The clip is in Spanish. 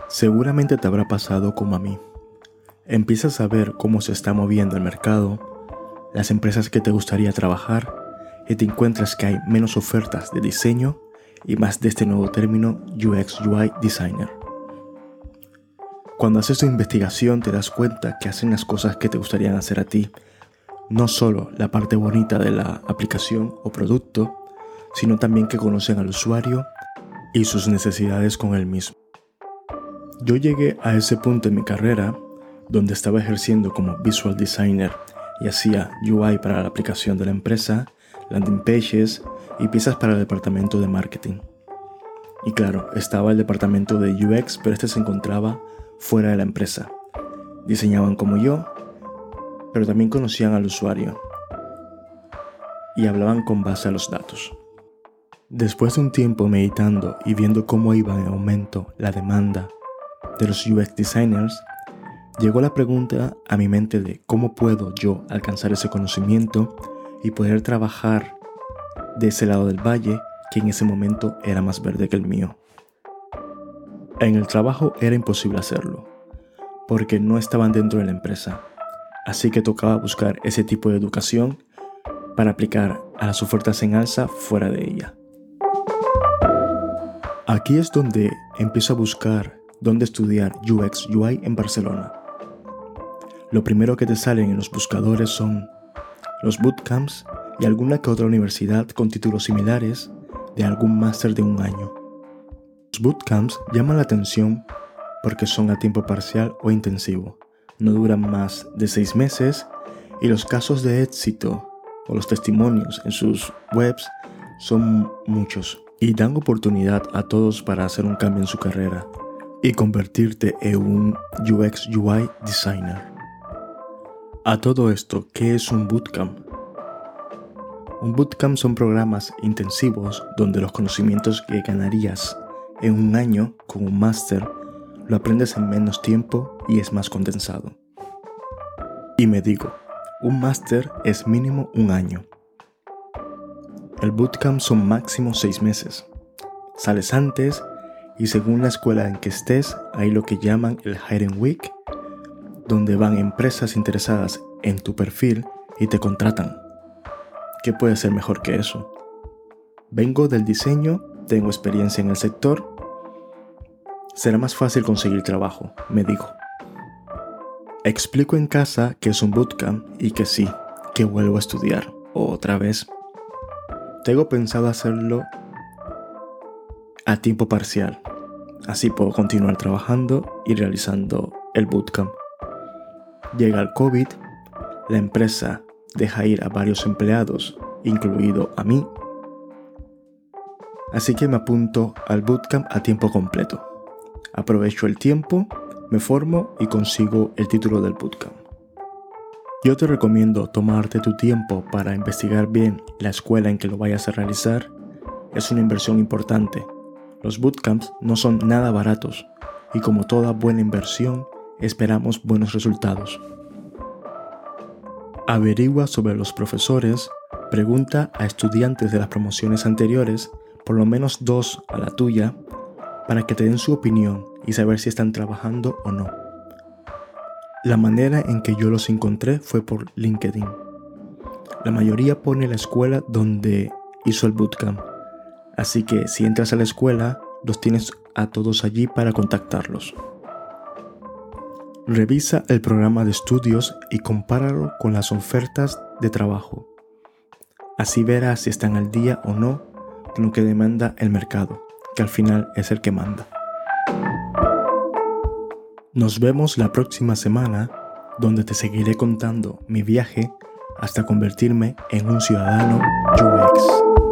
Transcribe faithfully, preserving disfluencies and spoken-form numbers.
Seguramente te habrá pasado como a mí. Empiezas a ver cómo se está moviendo el mercado, las empresas que te gustaría trabajar, y te encuentras que hay menos ofertas de diseño y más de este nuevo término U X U I Designer. Cuando haces tu investigación te das cuenta que hacen las cosas que te gustarían hacer a ti, no solo la parte bonita de la aplicación o producto, sino también que conocen al usuario y sus necesidades con él mismo. Yo llegué a ese punto en mi carrera donde estaba ejerciendo como Visual Designer y hacía U I para la aplicación de la empresa, landing pages y piezas para el departamento de marketing. Y claro, estaba el departamento de U X, pero este se encontraba fuera de la empresa. Diseñaban como yo, pero también conocían al usuario y hablaban con base a los datos. Después de un tiempo meditando y viendo cómo iba en aumento la demanda de los U X designers, llegó la pregunta a mi mente de cómo puedo yo alcanzar ese conocimiento y poder trabajar de ese lado del valle que en ese momento era más verde que el mío. En el trabajo era imposible hacerlo, porque no estaban dentro de la empresa, así que tocaba buscar ese tipo de educación para aplicar a las ofertas en alza fuera de ella. Aquí es donde empiezo a buscar dónde estudiar U X U I en Barcelona. Lo primero que te salen en los buscadores son los bootcamps y alguna que otra universidad con títulos similares de algún máster de un año. Los bootcamps llaman la atención porque son a tiempo parcial o intensivo, no duran más de seis meses y los casos de éxito o los testimonios en sus webs son muchos y dan oportunidad a todos para hacer un cambio en su carrera y convertirte en un U X U I Designer. A todo esto, ¿qué es un bootcamp? Un bootcamp son programas intensivos donde los conocimientos que ganarías en un año con un máster lo aprendes en menos tiempo y es más condensado. Y me digo, un máster es mínimo un año. El bootcamp son máximo seis meses. Sales antes y según la escuela en que estés, hay lo que llaman el Hiring Week, donde van empresas interesadas en tu perfil y te contratan. ¿Qué puede ser mejor que eso? Vengo del diseño, tengo experiencia en el sector. Será más fácil conseguir trabajo, me digo. Explico en casa que es un bootcamp y que sí, que vuelvo a estudiar otra vez. Tengo pensado hacerlo a tiempo parcial. Así puedo continuar trabajando y realizando el bootcamp. Llega el COVID, la empresa deja ir a varios empleados, incluido a mí. Así que me apunto al bootcamp a tiempo completo. Aprovecho el tiempo, me formo y consigo el título del bootcamp. Yo te recomiendo tomarte tu tiempo para investigar bien la escuela en que lo vayas a realizar. Es una inversión importante. Los bootcamps no son nada baratos y como toda buena inversión, esperamos buenos resultados. Averigua sobre los profesores, pregunta a estudiantes de las promociones anteriores, por lo menos dos a la tuya, para que te den su opinión y saber si están trabajando o no. La manera en que yo los encontré fue por LinkedIn. La mayoría pone la escuela donde hizo el bootcamp, así que si entras a la escuela, los tienes a todos allí para contactarlos. Revisa el programa de estudios y compáralo con las ofertas de trabajo. Así verás si están al día o no con lo que demanda el mercado, que al final es el que manda. Nos vemos la próxima semana, donde te seguiré contando mi viaje hasta convertirme en un ciudadano U X.